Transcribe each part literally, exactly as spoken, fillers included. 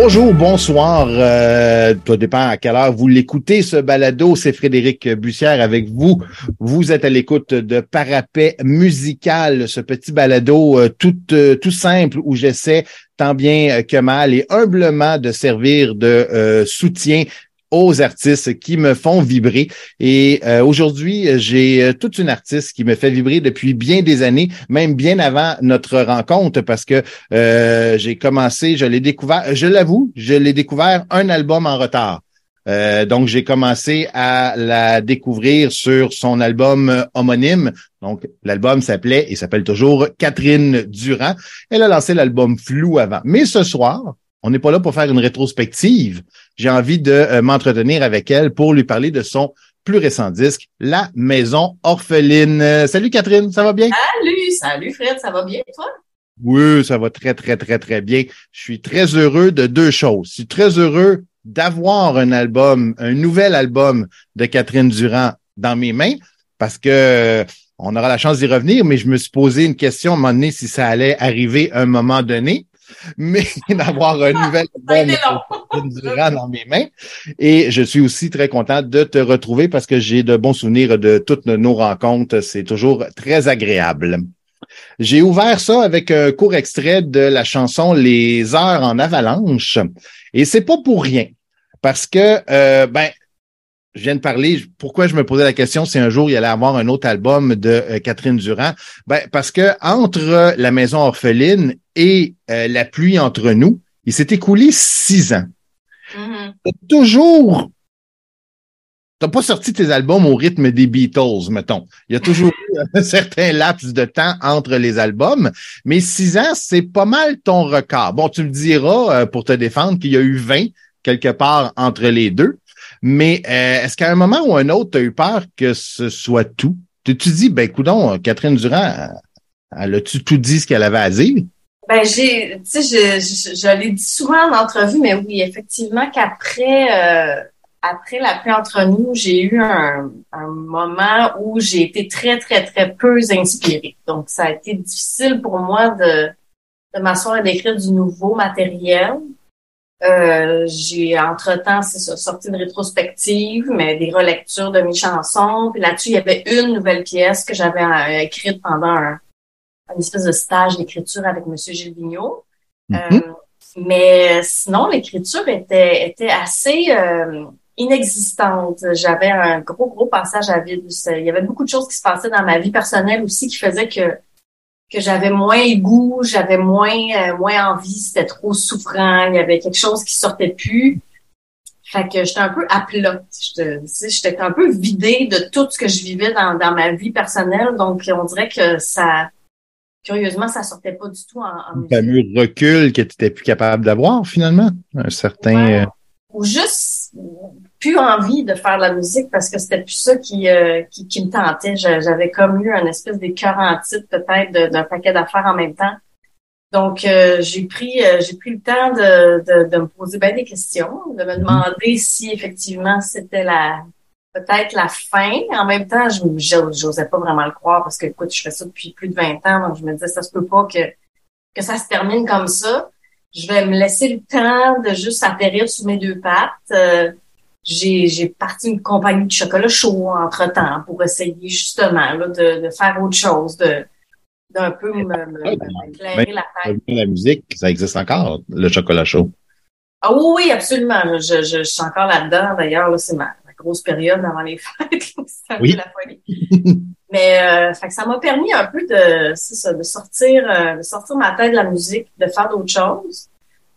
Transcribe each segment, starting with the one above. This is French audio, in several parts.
Bonjour, bonsoir, euh, tout dépend à quelle heure vous l'écoutez, ce balado, c'est Frédéric Bussière avec vous. Vous êtes à l'écoute de Parapet musical, ce petit balado euh, tout, euh, tout simple où j'essaie tant bien que mal et humblement de servir de euh, soutien aux artistes qui me font vibrer. Et euh, aujourd'hui, j'ai toute une artiste qui me fait vibrer depuis bien des années, même bien avant notre rencontre, parce que euh, j'ai commencé, je l'ai découvert, je l'avoue, je l'ai découvert un album en retard. Euh, donc, j'ai commencé à la découvrir sur son album homonyme. Donc, l'album s'appelait et s'appelle toujours Catherine Durand. Elle a lancé l'album Flou avant. Mais ce soir, on n'est pas là pour faire une rétrospective. J'ai envie de euh, m'entretenir avec elle pour lui parler de son plus récent disque, La Maison Orpheline. Euh, salut Catherine, ça va bien? Salut, salut Fred, ça va bien toi? Oui, ça va très, très, très, très bien. Je suis très heureux de deux choses. Je suis très heureux d'avoir un album, un nouvel album de Catherine Durand dans mes mains parce que euh, on aura la chance d'y revenir, mais je me suis posé une question à un moment donné si ça allait arriver à un moment donné. Mais d'avoir un nouvel album Durand dans mes mains. Et je suis aussi très content de te retrouver parce que j'ai de bons souvenirs de toutes nos rencontres. C'est toujours très agréable. J'ai ouvert ça avec un court extrait de la chanson Les Heures en Avalanche. Et c'est pas pour rien. Parce que, euh, ben, je viens de parler, pourquoi je me posais la question si un jour il allait avoir un autre album de euh, Catherine Durand? Ben, parce que entre La Maison Orpheline et euh, La Pluie entre nous, il s'est écoulé six ans. Mm-hmm. T'as toujours, t'as pas sorti tes albums au rythme des Beatles, mettons. Il y a toujours eu un certain laps de temps entre les albums, mais six ans, c'est pas mal ton record. Bon, tu me diras, euh, pour te défendre, qu'il y a eu vingt quelque part entre les deux. Mais euh, est-ce qu'à un moment ou un autre, tu as eu peur que ce soit tout? Tu te dis, ben coudonc, Catherine Durand, elle a-tu tout dit ce qu'elle avait à dire? Ben j'ai, tu sais, je, je, je l'ai dit souvent en entrevue, mais oui, effectivement qu'après euh, après la pluie entre nous, j'ai eu un, un moment où j'ai été très, très, très peu inspirée. Donc, ça a été difficile pour moi de, de m'asseoir et d'écrire du nouveau matériel. Euh, j'ai entre-temps, c'est ça, sorti une rétrospective, mais des relectures de mes chansons. Puis là-dessus, il y avait une nouvelle pièce que j'avais euh, écrite pendant un, une espèce de stage d'écriture avec Monsieur Gilles Vigneault. Mm-hmm. Euh, mais sinon, l'écriture était, était assez euh, inexistante. J'avais un gros, gros passage à vide. Il y avait beaucoup de choses qui se passaient dans ma vie personnelle aussi qui faisaient que que j'avais moins goût, j'avais moins euh, moins envie, c'était trop souffrant, il y avait quelque chose qui sortait plus. Fait que j'étais un peu à plat. J'étais, j'étais un peu vidée de tout ce que je vivais dans, dans ma vie personnelle. Donc, on dirait que ça, curieusement, ça sortait pas du tout en, en musique. Un fameux recul que tu n'étais plus capable d'avoir, finalement. Un certain... Ouais. Ou juste plus envie de faire de la musique parce que c'était plus ça qui, euh, qui, qui me tentait. J'avais comme eu un espèce d'écœur en titre peut-être de, d'un paquet d'affaires en même temps. Donc, euh, j'ai pris euh, j'ai pris le temps de, de, de me poser bien des questions, de me demander si effectivement c'était la peut-être la fin. En même temps, je j'osais pas vraiment le croire parce que, écoute, je fais ça depuis plus de vingt ans, donc je me disais ça se peut pas que que ça se termine comme ça. Je vais me laisser le temps de juste atterrir sous mes deux pattes. Euh, j'ai, j'ai parti une compagnie de chocolat chaud entre-temps pour essayer justement là, de, de faire autre chose, de d'un peu me, me, ouais, m'éclairer la tête. La musique, ça existe encore, le chocolat chaud. Ah oui, oui, absolument. Je, je, je suis encore là-dedans. D'ailleurs, là, c'est ma, ma grosse période avant les fêtes. C'est un oui. peu la folie. Mais euh, fait que ça m'a permis un peu de, c'est ça, de sortir, euh, de sortir ma tête de la musique, de faire d'autres choses.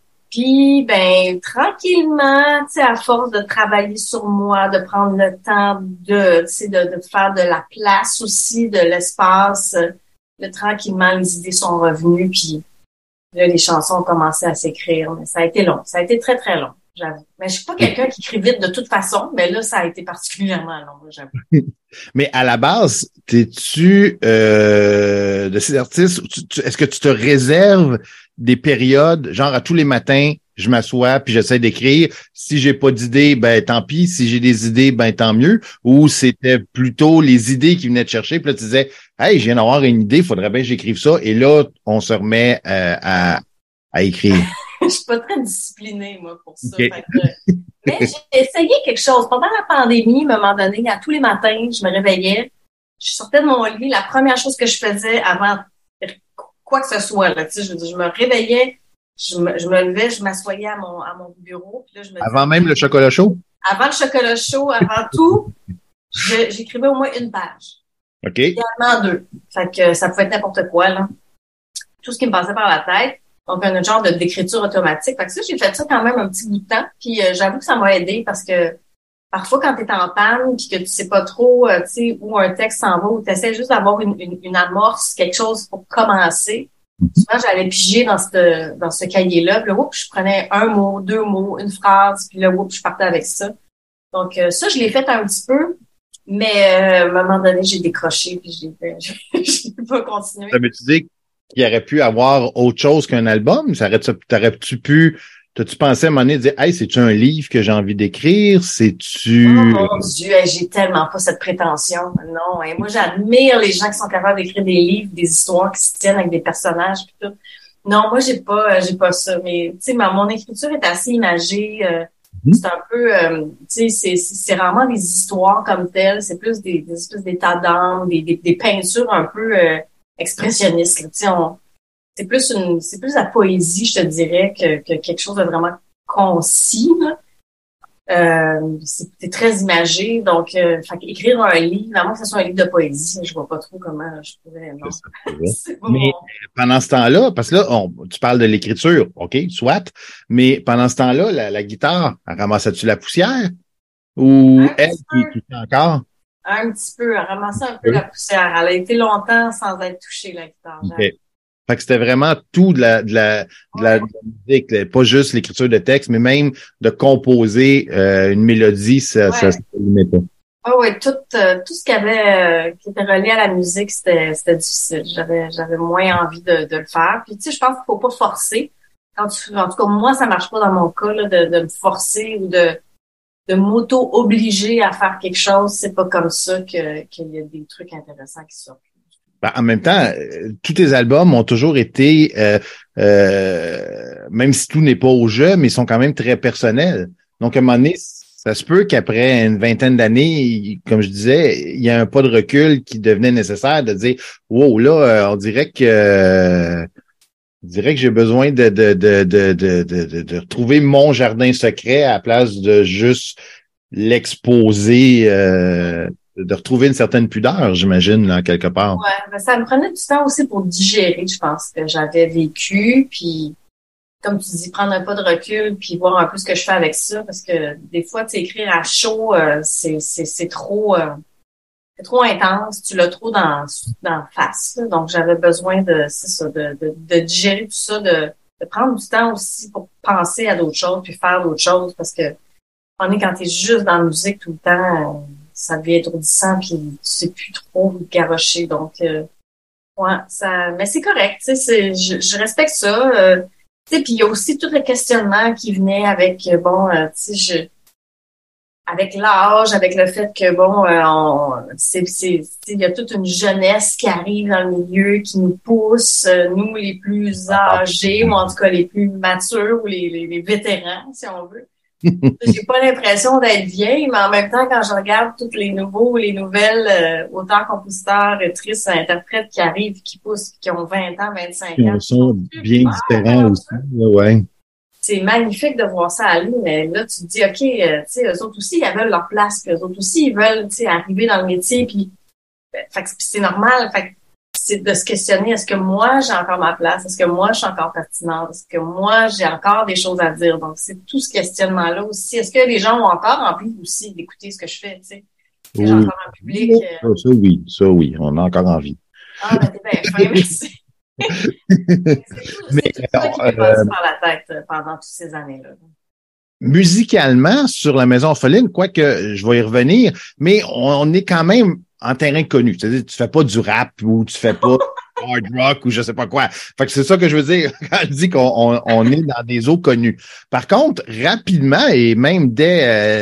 Puis, ben, tranquillement, tu sais, à force de travailler sur moi, de prendre le temps de, tu sais, de, de faire de la place aussi, de l'espace, de tranquillement, les idées sont revenues, puis là, les chansons ont commencé à s'écrire. Mais ça a été long. Ça a été très, très long, j'avoue. Mais je suis pas quelqu'un qui écrit vite de toute façon, mais là, ça a été particulièrement long, j'avoue. Mais à la base, t'es-tu euh, de ces artistes, tu, tu, est-ce que tu te réserves des périodes, genre à tous les matins, je m'assois puis j'essaie d'écrire. Si j'ai pas d'idées, ben tant pis. Si j'ai des idées, ben tant mieux. Ou c'était plutôt les idées qui venaient te chercher. Puis là, tu disais, hey, je viens d'avoir une idée, faudrait bien que j'écrive ça. Et là, on se remet euh, à, à écrire. je suis pas très disciplinée, moi, pour ça. Okay. Fait que, mais j'ai essayé quelque chose. Pendant la pandémie, à un moment donné, à tous les matins, je me réveillais, je sortais de mon lit, la première chose que je faisais avant quoi que ce soit, là, tu sais, je veux dire, je me réveillais, je me, je me levais, je m'assoyais à mon, à mon bureau, puis là, je me Avant disais, même le chocolat chaud? Avant le chocolat chaud, avant tout, je, j'écrivais au moins une page. OK. Idéalement deux. Fait que ça pouvait être n'importe quoi, là. Tout ce qui me passait par la tête. Donc, un genre de, d'écriture automatique. Fait que ça, j'ai fait ça quand même un petit bout de temps. Puis, euh, j'avoue que ça m'a aidé parce que parfois, quand tu es en panne puis que tu sais pas trop, euh, tu sais, où un texte s'en va, ou tu essaies juste d'avoir une, une, une amorce, quelque chose pour commencer. Souvent, j'allais piger dans ce, dans ce cahier-là. Puis là, oups, je prenais un mot, deux mots, une phrase. Puis là, oups, je partais avec ça. Donc, euh, ça, je l'ai fait un petit peu. Mais euh, à un moment donné, j'ai décroché puis j'ai fait, j'ai pas continué. Ça veut-tu dire qu'il aurait pu avoir autre chose qu'un album? Ça aurait, t'aurais-tu pu, t'as-tu pensé à un moment donné dire, hey, c'est-tu un livre que j'ai envie d'écrire? C'est-tu... Oh mon Dieu, j'ai tellement pas cette prétention. Non, et moi, j'admire les gens qui sont capables d'écrire des livres, des histoires qui se tiennent avec des personnages puis tout. Non, moi, j'ai pas, j'ai pas ça. Mais, tu sais, ma, mon écriture est assez imagée. Euh, C'est un peu, euh, tu sais, c'est, c'est rarement des histoires comme telles. C'est plus des, des espèces d'états d'âme, des, des, des peintures un peu euh, expressionnistes. Tu sais, on, c'est plus une, c'est plus la poésie, je te dirais, que, que quelque chose de vraiment concis. Là. Euh, c'est, c'est très imagé, donc, euh, fait écrire un livre, à moins que ce soit un livre de poésie, je vois pas trop comment je pourrais. Non. C'est pas mais mon... pendant ce temps-là, parce que là, on, tu parles de l'écriture, ok, soit, mais pendant ce temps-là, la, la guitare, elle ramassait-tu la poussière ou un elle qui, qui fait encore? Un petit peu, elle ramassait un peu oui. la poussière. Elle a été longtemps sans être touchée, la guitare. Okay. Fait que c'était vraiment tout de la de la de la, ouais. de la musique, là. Pas juste l'écriture de texte, mais même de composer euh, une mélodie, ça, ouais. ça, ça ne limait pas. Ah oh oui, tout euh, tout ce qui avait euh, qui était relié à la musique, c'était c'était difficile. J'avais j'avais moins envie de, de le faire. Puis tu sais, je pense qu'il faut pas forcer. Quand tu, en tout cas, moi, ça marche pas dans mon cas là, de, de me forcer ou de de m'auto-obliger à faire quelque chose. C'est pas comme ça que qu'il y a des trucs intéressants qui sortent. Ben, en même temps, euh, tous tes albums ont toujours été, euh, euh, même si tout n'est pas au jeu, mais ils sont quand même très personnels. Donc, à un moment donné, ça se peut qu'après une vingtaine d'années, comme je disais, il y a un pas de recul qui devenait nécessaire de dire, wow, là, euh, on dirait que, euh, on dirait que j'ai besoin de de de de de de, de retrouver mon jardin secret à la place de juste l'exposer. Euh, de retrouver une certaine pudeur, j'imagine, là, quelque part. Ouais, ben ça me prenait du temps aussi pour digérer, je pense, que j'avais vécu, puis comme tu dis, prendre un pas de recul, puis voir un peu ce que je fais avec ça, parce que des fois, tu sais, écrire à chaud, euh, c'est, c'est, c'est trop euh, c'est trop intense, tu l'as trop dans dans la face, là. Donc j'avais besoin de, c'est ça, de, de, de digérer tout ça, de, de prendre du temps aussi pour penser à d'autres choses, puis faire d'autres choses, parce que on est quand t'es juste dans la musique tout le temps, euh, ça devient étourdissant, puis tu sais plus trop où te garrocher. Donc, euh, ouais, ça, mais c'est correct, tu sais, c'est, je, je respecte ça. Euh, tu sais, puis il y a aussi tout le questionnement qui venait avec, bon, euh, tu sais, je, avec l'âge, avec le fait que, bon, euh, on, c'est, c'est, il y a toute une jeunesse qui arrive dans le milieu, qui nous pousse, euh, nous les plus âgés, ou en tout cas les plus matures, ou les, les, les vétérans, si on veut. J'ai pas l'impression d'être vieille, mais en même temps, quand je regarde tous les nouveaux, les nouvelles euh, auteurs, compositeurs, autrices, interprètes qui arrivent, qui poussent, qui ont vingt ans, vingt-cinq ans. Ils sont bien différents aussi, ouais. C'est magnifique de voir ça aller, mais là, tu te dis, OK, euh, tu sais, eux autres aussi, ils veulent leur place, puis eux autres aussi, ils veulent, tu sais, arriver dans le métier, puis euh, fait que c'est normal, fait que c'est de se questionner, est-ce que moi, j'ai encore ma place? Est-ce que moi, je suis encore pertinente? Est-ce que moi, j'ai encore des choses à dire? Donc, c'est tout ce questionnement-là aussi. Est-ce que les gens ont encore envie aussi d'écouter ce que je fais, tu sais? Est-ce que j'ai encore un public? Euh... Ça, oui, ça, oui, on a encore envie. Ah, ben, t'es bien fin, merci. c'est tout, Mais, c'est tout ça qui m'est passé par la tête pendant toutes ces années-là. Musicalement, sur la Maison Orpheline, quoique je vais y revenir, mais on est quand même en terrain connu. C'est-à-dire, tu fais pas du rap ou tu fais pas hard rock ou je sais pas quoi. Fait que c'est ça que je veux dire quand je dis qu'on on, on est dans des eaux connues. Par contre, rapidement et même dès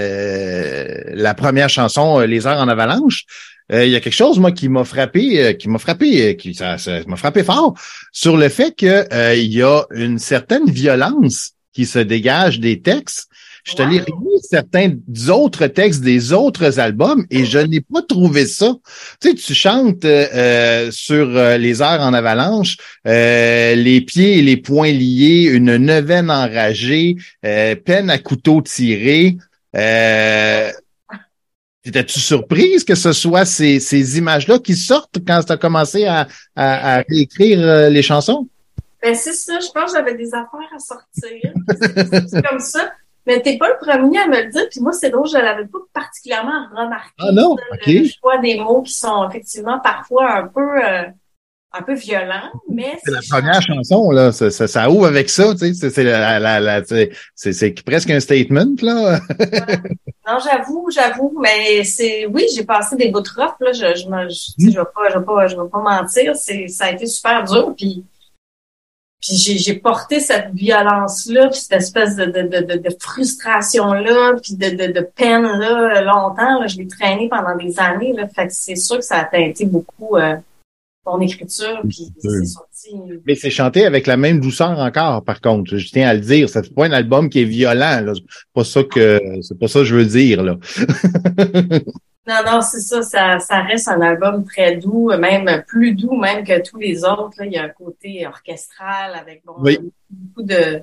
euh, la première chanson, Les Heures en Avalanche, il euh, y a quelque chose, moi, qui m'a frappé, euh, qui m'a frappé, euh, qui ça, ça m'a frappé fort sur le fait que euh, il y a une certaine violence qui se dégage des textes. Je te Wow. l'ai remis certains autres textes des autres albums et je n'ai pas trouvé ça. Tu sais, tu chantes euh, sur euh, les airs en avalanche, euh, les pieds et les poings liés, une neuvaine enragée, euh, peine à couteau tiré. Euh, Étais-tu surprise que ce soit ces, ces images-là qui sortent quand tu as commencé à, à, à réécrire euh, les chansons? Ben, c'est ça. Je pense que j'avais des affaires à sortir. C'est, c'est comme ça. Mais t'es pas le premier à me le dire. Puis moi, c'est drôle, je l'avais pas particulièrement remarqué. Ah non? Ça, OK. le, le choix des mots qui sont effectivement parfois un peu, euh, un peu violents, mais C'est la première chanson, là. Ça, ça, ça ouvre avec ça, tu sais. C'est, c'est, la, la, la, c'est, c'est, c'est presque un statement, là. Ouais. Non, j'avoue, j'avoue, mais c'est, oui, j'ai passé des bouts de rough, là. Je, je me, je, tu sais, je vais pas, je vais pas, je vais pas mentir. C'est, ça a été super dur, puis, puis j'ai, j'ai porté cette violence-là, puis cette espèce de, de, de, de, de frustration-là, puis de, de, de peine-là, longtemps, là. Je l'ai traîné pendant des années, là. Fait que c'est sûr que ça a teinté beaucoup, euh, mon écriture, puis c'est sorti. Mais c'est chanté avec la même douceur encore, par contre. Je tiens à le dire. Ça fait pas un album qui est violent, là. C'est pas ça que, c'est pas ça que je veux dire, là. Non, non, c'est ça, ça, ça reste un album très doux, même plus doux même que tous les autres, là. Il y a un côté orchestral avec, bon, oui. beaucoup de,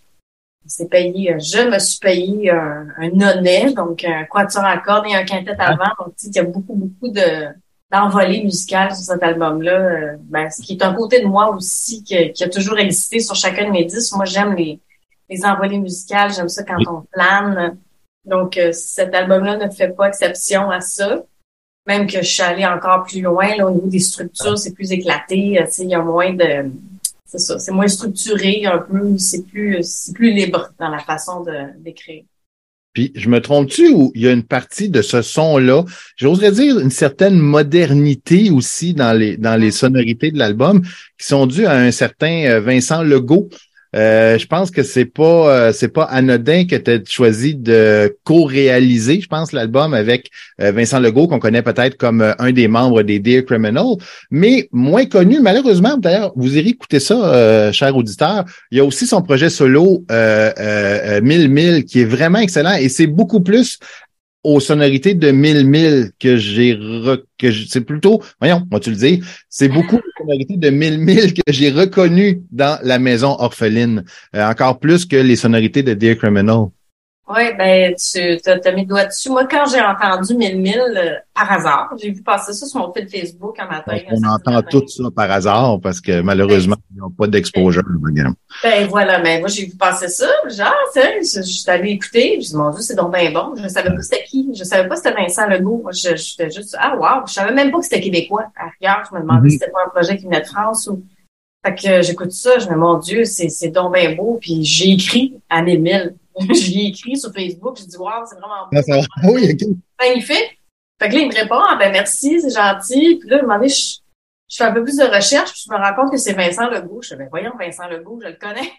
on s'est payé, je me suis payé un, un nonnet, donc un quatuor à cordes et un quintet avant. Donc, tu sais, il y a beaucoup, beaucoup de, d'envolée musicale sur cet album-là. Euh, ben, ce qui est un côté de moi aussi qui, qui a toujours existé sur chacun de mes disques. Moi, j'aime les, les envolées musicales. J'aime ça quand oui. on plane. Donc, euh, cet album-là ne fait pas exception à ça. Même que je suis allée encore plus loin, là, au niveau des structures, c'est plus éclaté. Tu sais, il y a moins de, c'est ça, c'est moins structuré un peu. C'est plus, c'est plus libre dans la façon de, d'écrire. Puis, je me trompe-tu ou il y a une partie de ce son-là, j'oserais dire une certaine modernité aussi dans les dans les sonorités de l'album qui sont dues à un certain Vincent Legault. Euh, je pense que c'est pas euh, c'est pas anodin que tu aies choisi de co-réaliser, je pense, l'album avec euh, Vincent Legault, qu'on connaît peut-être comme euh, un des membres des Dear Criminal, mais moins connu, malheureusement. D'ailleurs, vous irez écouter ça, euh, chers auditeurs. Il y a aussi son projet solo euh, euh, Mille Mille qui est vraiment excellent et c'est beaucoup plus aux sonorités de Mille Mille que j'ai re, que je, c'est plutôt, voyons, moi-tu le dire, c'est beaucoup de sonorités de Mille Mille que j'ai reconnues dans La Maison Orpheline, euh, encore plus que les sonorités de Dear Criminal. Oui, ben tu t'as mis le doigt dessus. Moi, quand j'ai entendu Mille Mille, euh, par hasard, j'ai vu passer ça sur mon fil Facebook un matin. On entend matin. Tout ça par hasard parce que malheureusement, ben, ils n'ont pas d'exposure. Ben, ben voilà, mais moi j'ai vu passer ça. Genre, tu sais, je, je suis allée écouter. Je me suis dit, mon Dieu, c'est donc bien bon. Je ne savais pas c'était qui. Je savais pas c'était Vincent Legault. Moi, je, j'étais juste, ah wow, je savais même pas que c'était québécois. À rigueur, je me demandais mm-hmm. si c'était pas un projet qui venait de France ou. Fait que euh, j'écoute ça, je me dis, mon Dieu, c'est, c'est donc bien beau. Puis j'ai écrit à Mille Mille. J'y ai écrit sur Facebook, j'ai dit wow, c'est vraiment beau. Ah, ça oui, okay. Magnifique. Fait que là, il me répond, ah ben merci, c'est gentil. Puis là, à un moment donné, je, je fais un peu plus de recherche, puis je me rends compte que c'est Vincent Legault. Je fais, ben voyons, Vincent Legault, je le connais.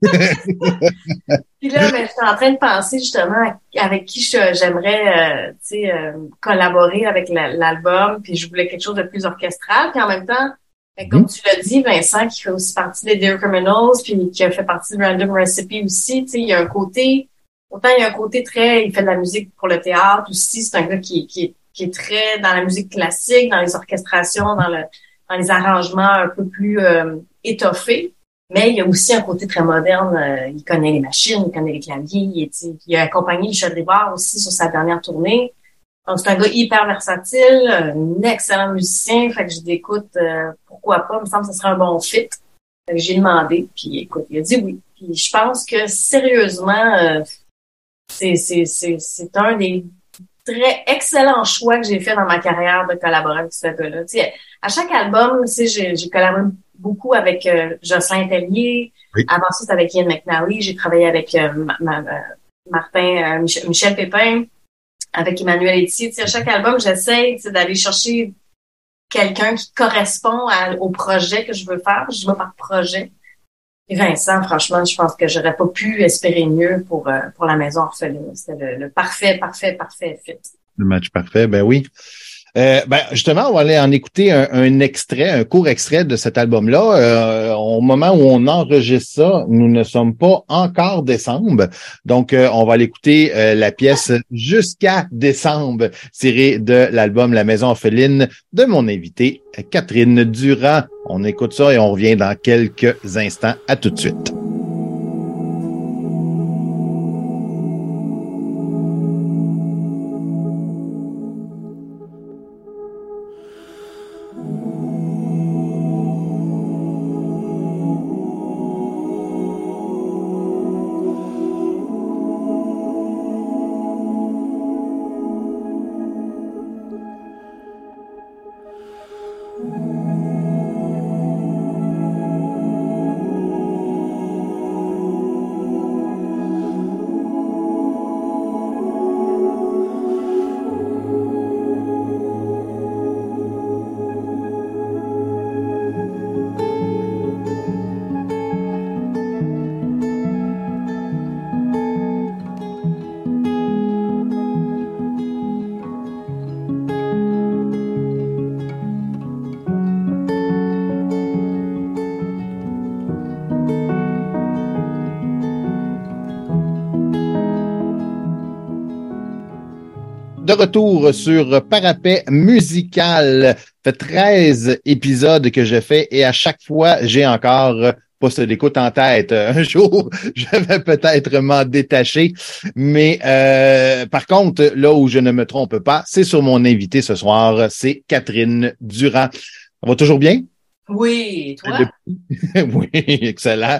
Puis là, ben, je suis en train de penser justement avec qui je, j'aimerais euh, tu sais, euh, collaborer avec la, l'album, puis je voulais quelque chose de plus orchestral, puis en même temps, ben, comme tu l'as dit, Vincent, qui fait aussi partie des Dear Criminals, puis qui a fait partie de Random Recipe aussi, tu sais, il y a un côté, autant il y a un côté très, il fait de la musique pour le théâtre aussi, c'est un gars qui, qui, est, qui est très dans la musique classique, dans les orchestrations, dans le, dans les arrangements un peu plus euh, étoffés, mais il y a aussi un côté très moderne, euh, il connaît les machines, il connaît les claviers, il, est, il a accompagné Michel Rivard aussi sur sa dernière tournée. Donc, c'est un gars hyper versatile, un excellent musicien. Fait que je dis, écoute, euh, pourquoi pas? Il me semble que ce serait un bon fit. Fait que j'ai demandé, puis écoute, il a dit oui. Puis je pense que, sérieusement, euh, c'est, c'est, c'est, c'est un des très excellents choix que j'ai fait dans ma carrière de collaborer avec ce gars-là. Tu sais, à chaque album, tu sais, j'ai, j'ai collaboré beaucoup avec euh, Jocelyn Tellier. Oui. Avant ça, c'était avec Ian McNally. J'ai travaillé avec euh, ma, ma, Martin, euh, Michel, Michel Pépin. Avec Emmanuel Etier, tu sais, à chaque album, j'essaie, tu sais, d'aller chercher quelqu'un qui correspond à, au projet que je veux faire. Je vais par projet. Et Vincent, franchement, je pense que j'aurais pas pu espérer mieux pour euh, pour La Maison Orpheline. C'était le, le parfait, parfait, parfait fit. Le match parfait, ben oui. Euh, ben justement, on va aller en écouter un, un extrait, un court extrait de cet album-là. Euh, au moment où on enregistre ça, nous ne sommes pas encore décembre, donc euh, on va aller écouter euh, la pièce Jusqu'à décembre, tirée de l'album La Maison Orpheline de mon invitée Catherine Durand. On écoute ça et on revient dans quelques instants. À tout de suite. De retour sur Parapet musical. Ça fait treize épisodes que je fais et à chaque fois, j'ai encore poste d'écoute en tête. Un jour, je vais peut-être m'en détacher. Mais euh, par contre, là où je ne me trompe pas, c'est sur mon invité ce soir, c'est Catherine Durand. Ça va toujours bien? Oui, toi? Oui, excellent.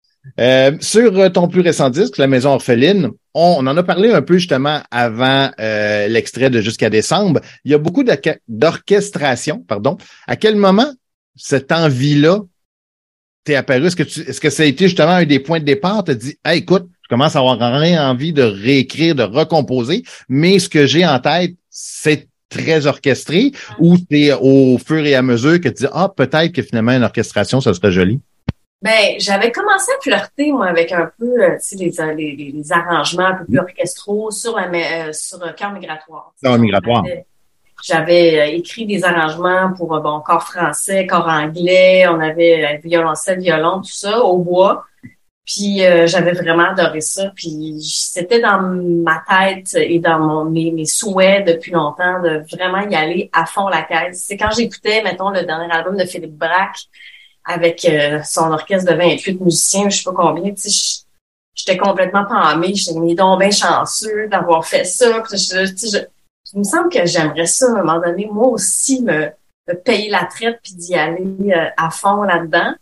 Euh, sur ton plus récent disque, La Maison Orpheline, on, on en a parlé un peu justement avant euh, l'extrait de Jusqu'à décembre. Il y a beaucoup d'orchestration, pardon. À quel moment cette envie-là t'est apparue? Est-ce que tu, est-ce que ça a été justement un des points de départ? T'as dit, hey, écoute, je commence à avoir rien envie de réécrire, de recomposer, mais ce que j'ai en tête, c'est très orchestré, ou c'est au fur et à mesure que tu dis, ah, peut-être que finalement une orchestration, ça serait joli? Ben, j'avais commencé à flirter, moi, avec un peu, euh, tu sais, les, les, les arrangements un peu plus orchestraux sur la, euh, sur euh, Cœur migratoire. Cœur migratoire. J'avais, j'avais euh, écrit des arrangements pour, euh, bon, corps français, corps anglais, on avait euh, violoncelle, violon, tout ça, au bois. Puis, euh, j'avais vraiment adoré ça. Puis, c'était dans ma tête et dans mon, mes, mes souhaits depuis longtemps de vraiment y aller à fond la caisse. C'est quand j'écoutais, mettons, le dernier album de Philippe Braque, avec euh, son orchestre de vingt-huit musiciens, je sais pas combien, tu sais, j'étais complètement pâmée, j'étais mis donc bien chanceux d'avoir fait ça. Puis je, tu sais, je, il me semble que j'aimerais ça, à un moment donné, moi aussi, me, me payer la traite puis d'y aller euh, à fond là-dedans.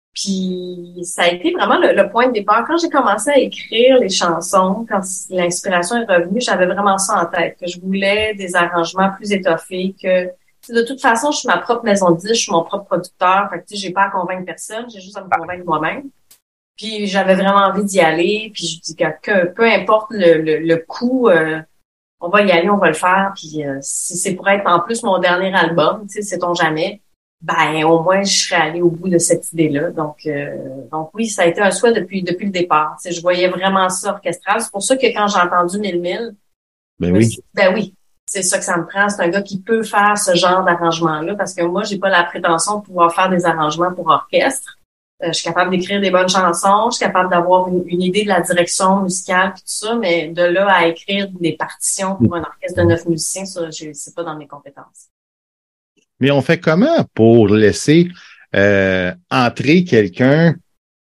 Puis ça a été vraiment le, le point de départ. Quand j'ai commencé à écrire les chansons, quand l'inspiration est revenue, j'avais vraiment ça en tête, que je voulais des arrangements plus étoffés, que de toute façon, je suis ma propre maison de disques, je suis mon propre producteur. Fait que, tu sais, j'ai pas à convaincre personne, j'ai juste à me convaincre moi-même. Puis, j'avais vraiment envie d'y aller. Puis, je dis que, que peu importe le, le, le coût, euh, on va y aller, on va le faire. Puis, euh, si c'est pour être en plus mon dernier album, tu sais, sait-on jamais, ben, au moins, je serais allée au bout de cette idée-là. Donc, euh, donc oui, ça a été un souhait depuis, depuis le départ. Tu sais, je voyais vraiment ça orchestral. C'est pour ça que quand j'ai entendu Mille Mille, ben oui. Dit, ben oui. C'est ça que ça me prend. C'est un gars qui peut faire ce genre d'arrangement-là parce que moi, j'ai pas la prétention de pouvoir faire des arrangements pour orchestre. Euh, je suis capable d'écrire des bonnes chansons, je suis capable d'avoir une, une idée de la direction musicale et tout ça, mais de là à écrire des partitions pour un orchestre de neuf musiciens, ça, je, c'est pas dans mes compétences. Mais on fait comment pour laisser euh, entrer quelqu'un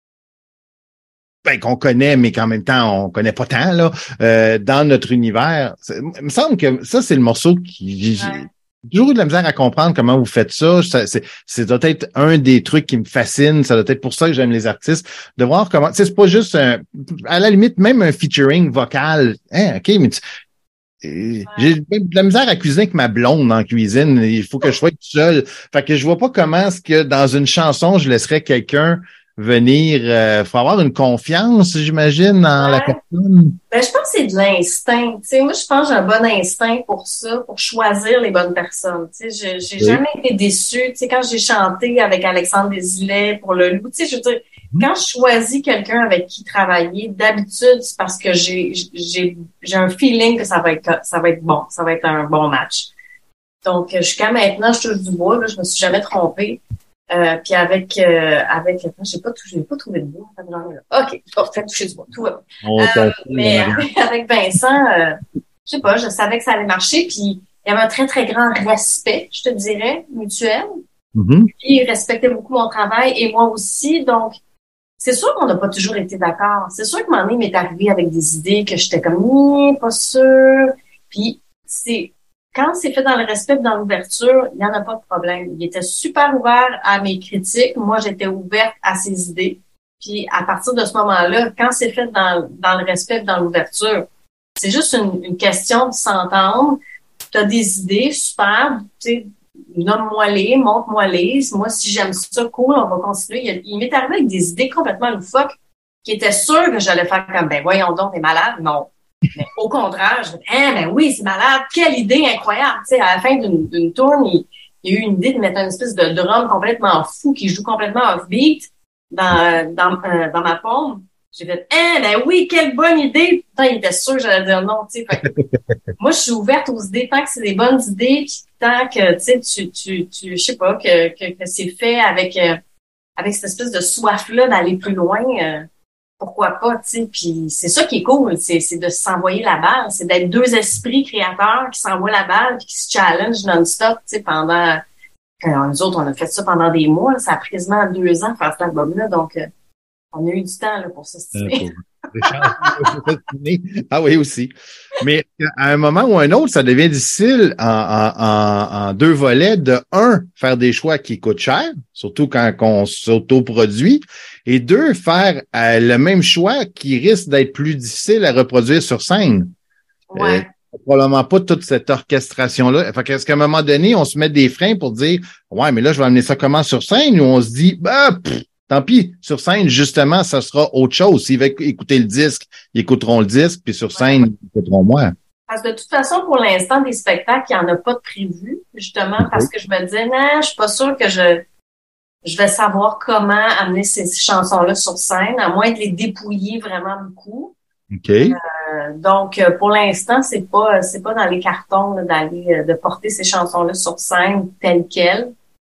ben, qu'on connaît, mais qu'en même temps, on connaît pas tant, là, euh, dans notre univers? Il me semble que ça, c'est le morceau qui... J'ai ouais. toujours eu de la misère à comprendre comment vous faites ça. ça c'est, c'est doit être un des trucs qui me fascine. Ça doit être pour ça que j'aime les artistes. De voir comment... Tu sais, c'est pas juste, un, à la limite, même un featuring vocal. Hein, OK, mais tu, ouais. J'ai de la misère à cuisiner avec ma blonde en cuisine. Il faut que je sois tout seul. Fait que je vois pas comment est-ce que dans une chanson, je laisserais quelqu'un venir. Il euh, faut avoir une confiance, j'imagine, en ouais. la personne. Ben, je pense que c'est de l'instinct. Tu sais, moi, je pense que j'ai un bon instinct pour ça, pour choisir les bonnes personnes. Tu sais, j'ai, j'ai oui. jamais été déçue. Tu sais, quand j'ai chanté avec Alexandre Desilets pour Le Loup, tu sais, je veux dire, mmh. quand je choisis quelqu'un avec qui travailler, d'habitude, c'est parce que j'ai, j'ai, j'ai un feeling que ça va être, ça va être bon, ça va être un bon match. Donc, jusqu'à maintenant, je touche du bois, là, je me suis jamais trompée. Euh, puis avec, euh, avec, attends, j'ai pas, j'ai pas trouvé de bois. OK, oh, fait toucher du bois, tout va bien. Euh, mais avec, avec Vincent, euh, je sais pas, je savais que ça allait marcher, puis il y avait un très, très grand respect, je te dirais, mutuel. Mm-hmm. Puis il respectait beaucoup mon travail et moi aussi, donc c'est sûr qu'on n'a pas toujours été d'accord. C'est sûr que un moment donné, il m'est arrivé avec des idées que j'étais comme, ni pas sûr. Puis c'est quand c'est fait dans le respect et dans l'ouverture, il n'y en a pas de problème. Il était super ouvert à mes critiques. Moi, j'étais ouverte à ses idées. Puis à partir de ce moment-là, quand c'est fait dans, dans le respect et dans l'ouverture, c'est juste une, une question de s'entendre. Tu as des idées, super, tu sais, nomme-moi-les, montre-moi-les. Moi, si j'aime ça, cool, on va continuer. Il, il m'est arrivé avec des idées complètement loufoques qui étaient sûres que j'allais faire comme, ben voyons donc, t'es malade. Non. Mais au contraire, je me dis, hein, ben oui, c'est malade. Quelle idée incroyable. Tu sais, à la fin d'une, d'une tourne, il, il y a eu une idée de mettre une espèce de drum complètement fou qui joue complètement off-beat dans, dans, euh, dans ma paume. J'ai fait, hein, ben oui, quelle bonne idée. Putain, il était sûr que j'allais dire non, tu sais. Fait, moi, je suis ouverte aux idées tant que c'est des bonnes idées, puis tant que, tu sais, tu, tu, tu, je sais pas, que, que, que c'est fait avec, euh, avec cette espèce de soif-là d'aller plus loin, euh, pourquoi pas, tu sais. Puis c'est ça qui est cool, c'est, c'est de s'envoyer la balle, c'est d'être deux esprits créateurs qui s'envoient la balle puis qui se challenge non-stop, tu sais, pendant, quand nous autres, on a fait ça pendant des mois, là, ça a pris quasiment deux ans de faire cet album-là, donc, euh, on a eu du temps, là, pour s'estimer. Ah oui, aussi. Mais à un moment ou un autre, ça devient difficile en, en, en, en deux volets. De un, faire des choix qui coûtent cher, surtout quand on s'autoproduit. Et deux, faire euh, le même choix qui risque d'être plus difficile à reproduire sur scène. Ouais. Euh, probablement pas toute cette orchestration-là. Fait qu'est-ce qu'à un moment donné, on se met des freins pour dire, ouais, mais là, je vais amener ça comment sur scène? Ou on se dit, bah, pff, tant pis, sur scène, justement, ça sera autre chose. S'ils veulent écouter le disque, ils écouteront le disque, puis sur scène, ouais, ils écouteront moi. Parce que de toute façon, pour l'instant, des spectacles, il n'y en a pas de prévu, justement, okay. Parce que je me disais, non, je suis pas sûre que je je vais savoir comment amener ces chansons-là sur scène, à moins de les dépouiller vraiment beaucoup. OK. Euh, donc, pour l'instant, c'est pas c'est pas dans les cartons là, d'aller de porter ces chansons-là sur scène telles quelles.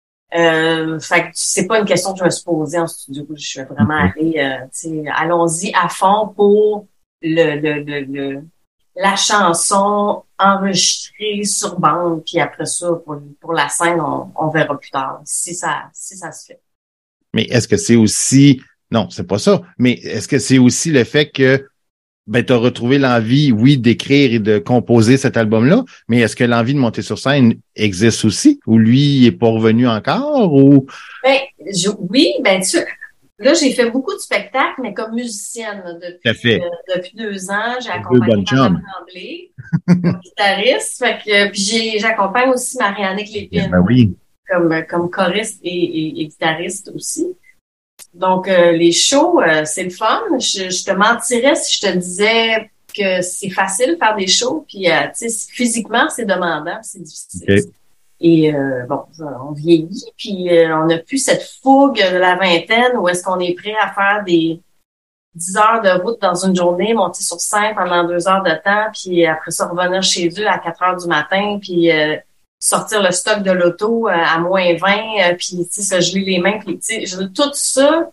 Euh, fait que c'est pas une question que je me suis posée en studio. Je vais vraiment aller, euh, tu sais, allons-y à fond pour le, le, le, le, la chanson enregistrée sur bande, puis après ça, pour, pour la scène, on, on verra plus tard si ça, si ça se fait. Mais est-ce que c'est aussi, non, c'est pas ça, mais est-ce que c'est aussi le fait que ben, tu as retrouvé l'envie, oui, d'écrire et de composer cet album-là, mais est-ce que l'envie de monter sur scène existe aussi? Ou lui, il est pas revenu encore? Ou... Ben, je, oui, ben, tu là, j'ai fait beaucoup de spectacles, mais comme musicienne, là, depuis, euh, depuis deux ans. J'ai accompagné Madame Tremblay comme guitariste. Fait que, puis j'ai, j'accompagne aussi Marianne Clépine ben oui. comme, comme choriste et, et, et guitariste aussi. Donc, euh, les shows, euh, c'est le fun. Je, je te mentirais si je te disais que c'est facile de faire des shows. Puis, euh, tu sais, physiquement, c'est demandant, c'est difficile. Okay. Et euh, bon, on vieillit, puis euh, on n'a plus cette fougue de la vingtaine où est-ce qu'on est prêt à faire des dix heures de route dans une journée, monter sur scène pendant deux heures de temps, puis après ça, revenir chez eux à quatre heures du matin, puis... Euh, sortir le stock de l'auto à moins vingt, euh, puis tu sais, se geler les mains, puis tu sais, tout ça,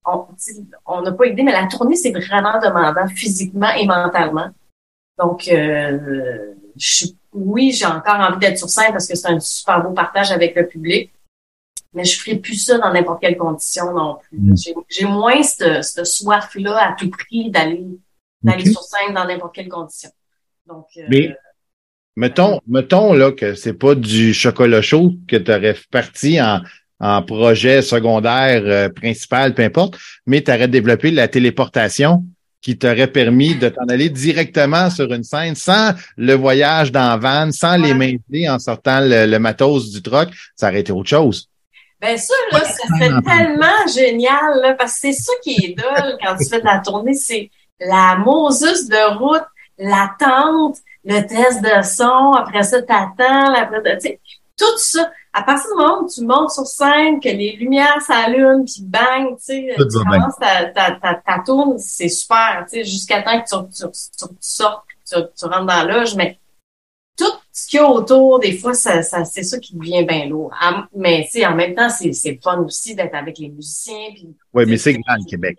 on n'a pas idée, mais la tournée, c'est vraiment demandant physiquement et mentalement. Donc, euh, je, oui, j'ai encore envie d'être sur scène parce que c'est un super beau partage avec le public, mais je ferai plus ça dans n'importe quelle condition non plus. Mm. J'ai, j'ai moins cette, cette soif-là à tout prix d'aller, d'aller okay. sur scène dans n'importe quelle condition. Donc, euh, mais... Mettons, mettons là que c'est pas du chocolat chaud que tu aurais parti en, en projet secondaire euh, principal, peu importe, mais tu aurais développé la téléportation qui t'aurait permis de t'en aller directement sur une scène sans le voyage dans van, sans ouais. les mains liées en sortant le, le matos du truck, ça aurait été autre chose. Ben ça, là, ça serait tellement génial, là, parce que c'est ça qui est dole quand tu fais de la tournée, c'est la Moses de route, l'attente, le test de son, après ça, t'attends, après, tu sais, tout ça. À partir du moment où tu montes sur scène, que les lumières s'allument, puis bang, tu sais, tu commences ta, ta, ta, ta tourne, c'est super, tu sais, jusqu'à temps que tu, tu, tu, tu sortes, tu, tu rentres dans la loge, mais tout, ce qu'il y a autour, des fois, ça, ça, c'est ça qui devient bien lourd. Mais tu sais, en même temps, c'est, c'est fun aussi d'être avec les musiciens. Oui, mais c'est grand le Québec.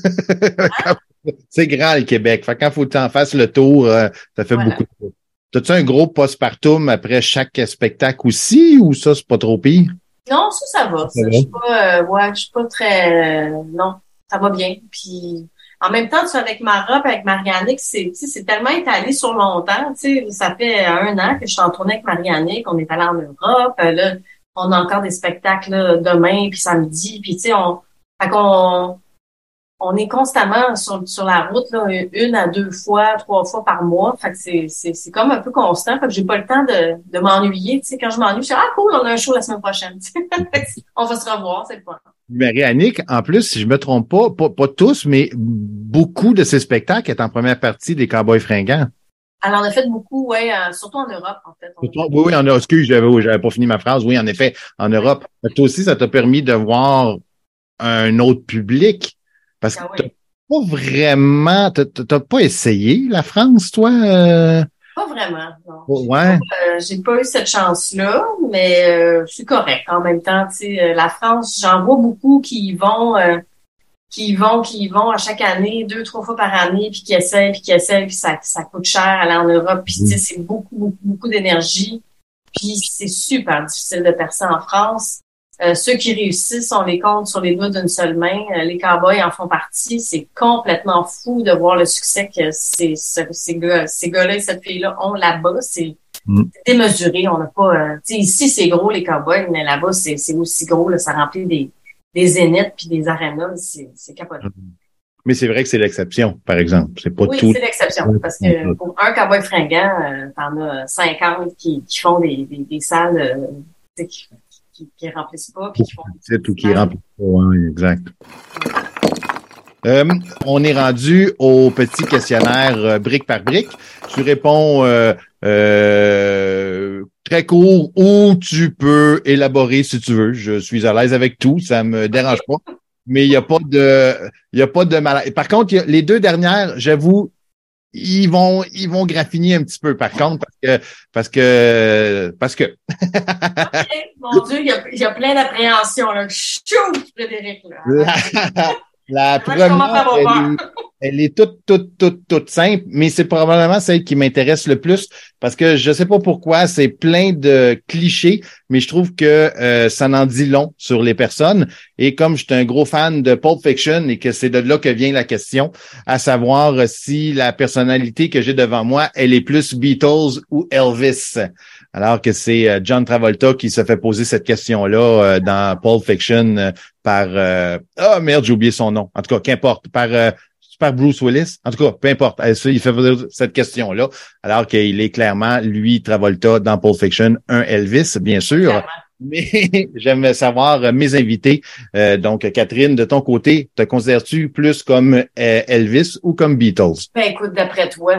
Hein? C'est grand le Québec. Fait quand faut que tu en fasses le tour, euh, ça fait voilà. beaucoup de choses. T'as-tu un gros postpartum après chaque spectacle aussi, ou ça, c'est pas trop pire? Non, ça, ça va. Ça, je suis pas, euh, ouais, je suis pas très, euh, non, ça va bien. Puis, en même temps, tu sais, avec Mara et avec Mariannick, c'est, tu sais, c'est tellement étalé sur longtemps. Tu sais, ça fait un an que je suis en tournée avec Mariannick. On est allé en Europe. Là, on a encore des spectacles là, demain puis samedi. Puis, tu sais, on, fait qu'on, on est constamment sur, sur la route là, une à deux fois, trois fois par mois. Fait que c'est, c'est, c'est comme un peu constant. Fait que j'ai pas le temps de, de m'ennuyer. Tu sais, quand je m'ennuie, je dis ah cool, on a un show la semaine prochaine. On va se revoir, c'est le fun. Mariannick, en plus, si je me trompe pas, pas, pas tous, mais beaucoup de ces spectacles est en première partie des Cowboys fringants. Alors, on a fait beaucoup, oui, euh, surtout en Europe, en fait. Oui, oui, en Europe. Excuse, j'avais, oui, j'avais pas fini ma phrase. Oui, en effet, en Europe. Mais toi aussi, ça t'a permis de voir un autre public. Parce ah, que t'as oui. pas vraiment, t'as, t'as pas essayé la France, toi? Euh... Pas vraiment, non. Oh, ouais. Euh, j'ai pas eu cette chance-là, mais euh, c'est correct. En même temps, tu sais, la France, j'en vois beaucoup qui y vont, euh, qui y vont, qui y vont à chaque année, deux, trois fois par année, puis qui essaient, puis qui essaient, puis ça, ça coûte cher aller en Europe, puis tu sais, c'est beaucoup, beaucoup, beaucoup d'énergie, puis c'est super difficile de percer en France. Euh, ceux qui réussissent, on les compte sur les doigts d'une seule main. Euh, les Cowboys en font partie. C'est complètement fou de voir le succès que ces, ces, ces gars, ces gars-là et cette fille-là ont là-bas. C'est, mm. c'est démesuré. On n'a pas, euh, tu sais, ici c'est gros les Cowboys, mais là-bas c'est, c'est aussi gros. Là, ça remplit des, des zéniths puis des arénas. C'est, c'est capoté. Mais c'est vrai que c'est l'exception, par exemple. C'est pas oui, tout. Oui, c'est l'exception parce que pour un Cowboy fringant, euh, t'en as cinquante qui, qui font des, des, des salles, euh, tu sais, qui Qui, qui remplissent pas. Puis qui font... Ou qui remplissent pas, oui, exact. Euh, on est rendu au petit questionnaire euh, brique par brique. Tu réponds euh, euh, très court ou tu peux élaborer si tu veux. Je suis à l'aise avec tout, ça me dérange pas. Mais il n'y a pas de, il y a pas de mal. Par contre, y a, les deux dernières, j'avoue, ils vont, ils vont graffiner un petit peu, par contre, parce que, parce que, parce que. Okay. Mon Dieu, il y a, il y a plein d'appréhension, là. Chou, Frédéric, là. La, la première, elle est, elle est toute, toute, toute, toute simple, mais c'est probablement celle qui m'intéresse le plus parce que je sais pas pourquoi, c'est plein de clichés, mais je trouve que euh, ça n'en dit long sur les personnes. Et comme je suis un gros fan de Pulp Fiction et que c'est de là que vient la question, à savoir si la personnalité que j'ai devant moi, elle est plus Beatles ou Elvis. Alors que c'est John Travolta qui se fait poser cette question-là euh, dans Pulp Fiction euh, par... Euh, ah, merde, j'ai oublié son nom. En tout cas, qu'importe. Par, euh, par Bruce Willis. En tout cas, peu importe. Il fait poser cette question-là. Alors qu'il est clairement, lui, Travolta, dans Pulp Fiction, un Elvis, bien sûr. Clairement. Mais j'aime savoir mes invités. Euh, donc, Catherine, de ton côté, te considères-tu plus comme euh, Elvis ou comme Beatles? Ben, écoute, d'après toi.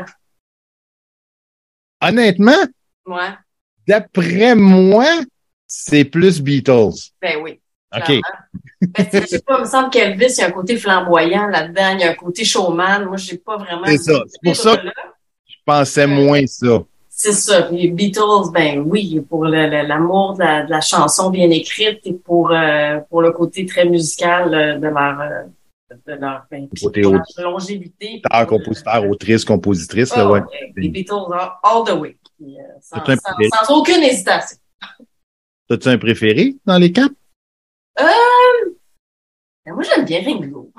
Honnêtement? Ouais. D'après moi, c'est plus Beatles. Ben oui. OK. Ben, je sais pas, il me semble qu'Elvis, il y a un côté flamboyant là-dedans, il y a un côté showman. Moi, j'ai pas vraiment... C'est ça. C'est pour ça que je pensais euh, moins ça. C'est ça. Les Beatles, ben oui, pour le, le, l'amour de la, de la chanson bien écrite et pour, euh, pour le côté très musical de leur... Euh, de leur, ben, côté de leur longévité. Auteur, compositeur, autrice, compositrice. Oh, là, ouais. Okay. Les Beatles, all the way. Puis, euh, sans, sans, sans aucune hésitation. T'as-tu un préféré dans les quatre? Euh, ben moi, j'aime bien Ringo.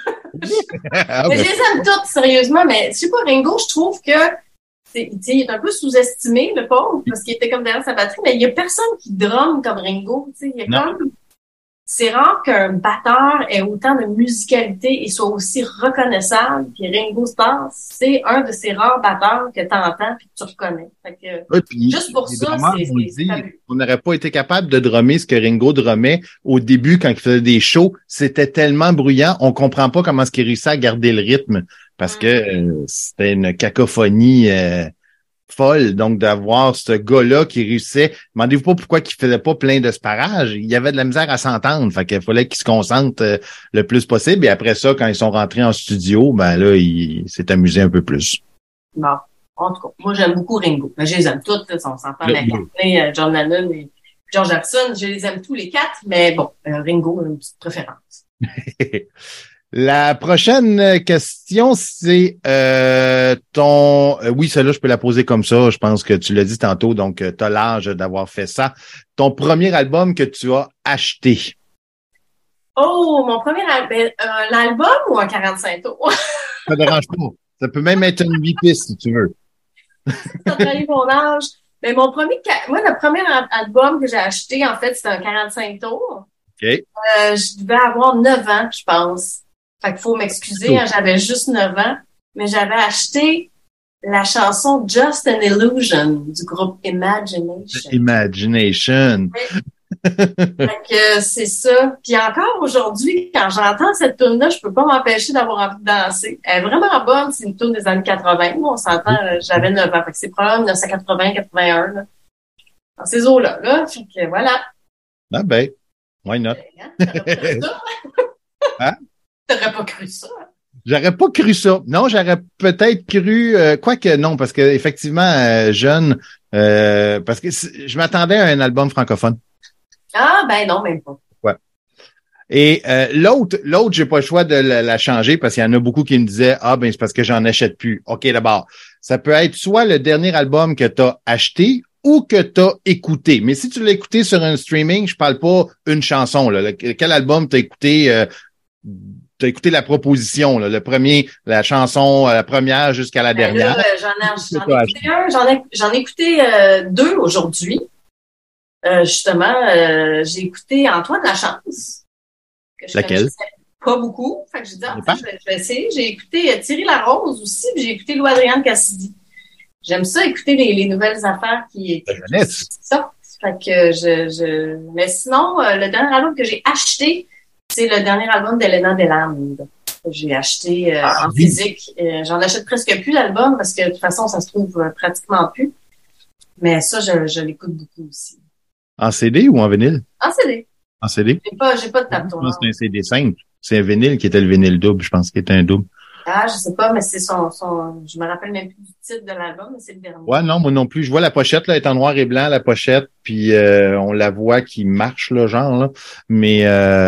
ah, mais ben... je les aime toutes, sérieusement, mais je sais pas, Ringo, je trouve que c'est, il est un peu sous-estimé, le pauvre, parce qu'il était comme derrière sa batterie, mais il y a personne qui drumme comme Ringo, tu sais, il y a non. comme... C'est rare qu'un batteur ait autant de musicalité et soit aussi reconnaissable. Puis Ringo Starr, c'est un de ces rares batteurs que tu entends puis que tu reconnais. Fait que, oui, puis juste pour ça, c'est, on, c'est, dit, c'est on n'aurait pas été capable de drummer ce que Ringo drummait au début quand il faisait des shows. C'était tellement bruyant, on comprend pas comment est-ce qu'il réussit à garder le rythme parce que euh, c'était une cacophonie euh, folle. Donc, d'avoir ce gars-là qui réussissait, demandez-vous pas pourquoi il faisait pas plein de sparages. Il y avait de la misère à s'entendre. Fait qu'il fallait qu'il se concentre euh, le plus possible. Et après ça, quand ils sont rentrés en studio, ben là, il s'est amusé un peu plus. Bon. En tout cas, moi, j'aime beaucoup Ringo. Mais je les aime toutes, là, si on s'entend, McCartney, euh, John Lennon et George Harrison. Je les aime tous les quatre, mais bon, euh, Ringo a une petite préférence. La prochaine question, c'est euh, ton... euh, oui, celle-là, je peux la poser comme ça. Je pense que tu l'as dit tantôt, donc tu as l'âge d'avoir fait ça. Ton premier album que tu as acheté? Oh, mon premier album, euh, l'album ou un quarante-cinq tours? Ça ne dérange pas. Ça peut même être une huit pistes, si tu veux. Ça trahit mon âge. Mais mon premier... Moi, le premier album que j'ai acheté, en fait, c'était un quarante-cinq tours. OK. Euh, je devais avoir neuf ans, je pense. Fait qu'il faut m'excuser, hein, j'avais juste neuf ans, mais j'avais acheté la chanson Just an Illusion du groupe Imagination. Imagination. Oui. Fait que c'est ça. Puis encore aujourd'hui, quand j'entends cette tune-là, je peux pas m'empêcher d'avoir envie de danser. Elle est vraiment bonne, c'est une tune des années quatre-vingts. Moi, on s'entend, j'avais neuf ans. Fait que c'est probablement dix-neuf cent quatre-vingts quatre-vingt-un, là. Dans ces eaux-là, là. Fait que voilà. Ah ben, why not? Hein? T'aurais pas cru ça? J'aurais pas cru ça. Non, j'aurais peut-être cru, euh, quoique non, parce que effectivement, euh, jeune, euh, parce que je m'attendais à un album francophone. Ah ben non, même pas. Ouais. Et euh, l'autre, l'autre, j'ai pas le choix de la, la changer parce qu'il y en a beaucoup qui me disaient ah ben c'est parce que j'en achète plus. Ok, d'abord, ça peut être soit le dernier album que tu as acheté ou que tu as écouté. Mais si tu l'as écouté sur un streaming, je parle pas une chanson. Là. Quel album t'as écouté? Euh, t'as écouté la proposition, là, le premier, la chanson, la première jusqu'à la ben dernière. Là, j'en ai, j'en ai écouté un, j'en ai, j'en ai écouté euh, deux aujourd'hui. Euh, justement, euh, j'ai écouté Antoine Lachance. Que je Laquelle? Pas beaucoup. Fait que j'ai dit, ah, je, vais, je vais essayer. J'ai écouté euh, Thierry Larose aussi, puis j'ai écouté Louis-Adrienne Cassidy. J'aime ça, écouter les, les nouvelles affaires qui, qui, qui sortent. Fait que je, je, mais sinon, euh, le dernier album que j'ai acheté, c'est le dernier album d'Elena Deland. J'ai acheté euh, ah, en oui. physique. Euh, j'en achète presque plus l'album parce que de toute façon, ça se trouve euh, pratiquement plus. Mais ça, je, je l'écoute beaucoup aussi. En C D ou en vinyle? En C D. En C D? J'ai pas, j'ai pas de tape tournante. Je pense que c'est un C D simple. C'est un vinyle qui était le vinyle double. Je pense qu'il était un double. Ah, je sais pas, mais c'est son, son, je me rappelle même plus du titre de l'album, mais c'est le dernier. Ouais, non, moi non plus. Je vois la pochette, là, elle est en noir et blanc, la pochette, puis euh, on la voit qui marche, le genre, là. Mais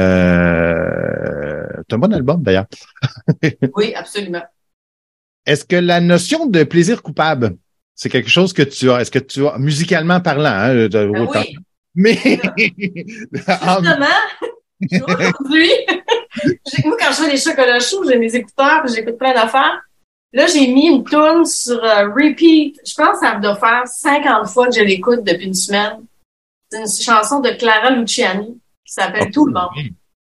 euh, c'est un bon album, d'ailleurs. Oui, absolument. Est-ce que la notion de plaisir coupable, c'est quelque chose que tu as, est-ce que tu as, musicalement parlant, hein, de, ah, autant, oui. Mais justement, aujourd'hui, moi, quand je fais des chocolats chauds, j'ai mes écouteurs, puis j'écoute plein d'affaires. Là, j'ai mis une tourne sur uh, repeat. Je pense que ça doit faire cinquante fois que je l'écoute depuis une semaine. C'est une chanson de Clara Luciani qui s'appelle oh, Tout le monde.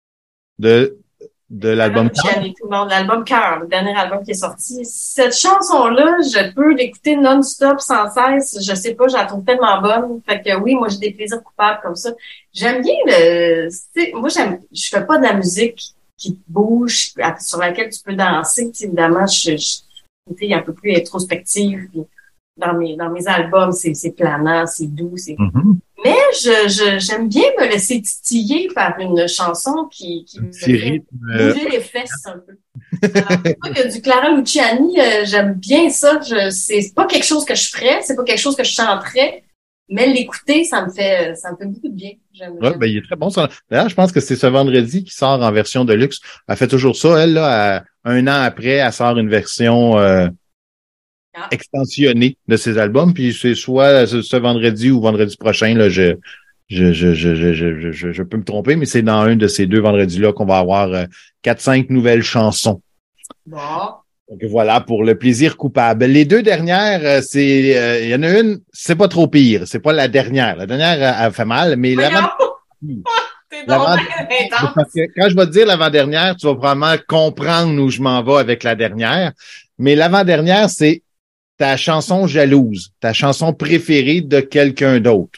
De, de l'album Luciani, Tout le monde. L'album Cœur, le dernier album qui est sorti. Cette chanson-là, je peux l'écouter non-stop, sans cesse. Je sais pas, je la trouve tellement bonne. Fait que oui, moi, j'ai des plaisirs coupables comme ça. J'aime bien le, tu sais, moi, j'aime, je fais pas de la musique qui bouge, sur laquelle tu peux danser. Évidemment, je, je un peu plus introspective. Puis dans mes dans mes albums, c'est c'est planant, c'est doux, c'est. Mm-hmm. Mais je, je j'aime bien me laisser titiller par une chanson qui qui me fait bouger les fesses un peu. Alors, que du Clara Luciani, euh, j'aime bien ça. Je c'est pas quelque chose que je ferais, c'est pas quelque chose que je chanterais. Mais l'écouter, ça me fait, ça me fait beaucoup de bien. J'aime, ouais, j'aime. Ben, il est très bon. Ça. D'ailleurs, je pense que c'est ce vendredi qui sort en version de luxe. Elle fait toujours ça. Elle, là, à, un an après, elle sort une version euh, ah. extensionnée de ses albums. Puis c'est soit ce, ce vendredi ou vendredi prochain. Là, je, je, je, je, je, je, je, je peux me tromper, mais c'est dans un de ces deux vendredis-là qu'on va avoir euh, quatre, cinq nouvelles chansons. Bon. Donc voilà, pour le plaisir coupable. Les deux dernières, c'est, euh, il y en a une, c'est pas trop pire. C'est pas la dernière. La dernière, elle, elle fait mal, mais l'avant. l'avant... Parce que quand je vais te dire l'avant-dernière, tu vas probablement comprendre où je m'en vais avec la dernière. Mais l'avant-dernière, c'est ta chanson jalouse, ta chanson préférée de quelqu'un d'autre.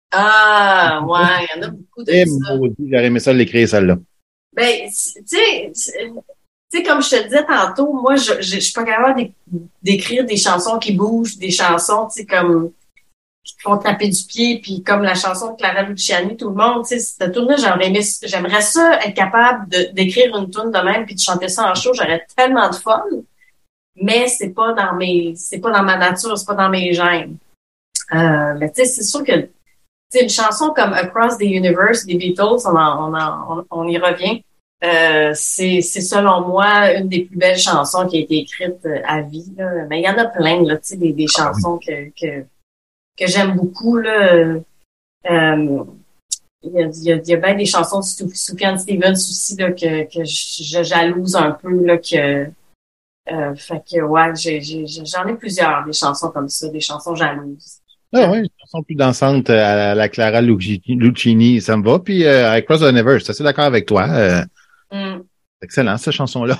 Ah, ouais, il y en a beaucoup de Et ça. Maudit, j'aurais aimé ça l'écrire, celle-là. Ben, tu sais, tu sais, comme je te disais tantôt, moi, je, je, je suis pas capable d'écrire des chansons qui bougent, des chansons, tu sais, comme, qui te font taper du pied, puis comme la chanson de Clara Luciani, tout le monde, tu sais, cette tune-là, j'aurais aimé, j'aimerais ça être capable de, d'écrire une tune de même puis de chanter ça en show, j'aurais tellement de fun. mais c'est pas dans mes, c'est pas dans ma nature, c'est pas dans mes gènes. Euh, mais tu sais, c'est sûr que, tu sais, une chanson comme Across the Universe des Beatles, on en, on en, on, on y revient. Euh, c'est, c'est selon moi une des plus belles chansons qui a été écrite à vie, là. Mais il y en a plein, là, tu sais, des, des chansons que, que, que j'aime beaucoup, là. Euh, il y a, il y a, il y a bien des chansons de Sufjan Stevens aussi, là, que, que je jalouse un peu, là, que, euh, fait que, ouais, j'ai, j'ai, j'en ai plusieurs, des chansons comme ça, des chansons jalouses. Ah oui, une chanson plus dansante à la Clara Luccini, ça me va. Puis euh, Across the Universe, je suis assez d'accord avec toi. Euh, mm. Excellent, cette chanson-là.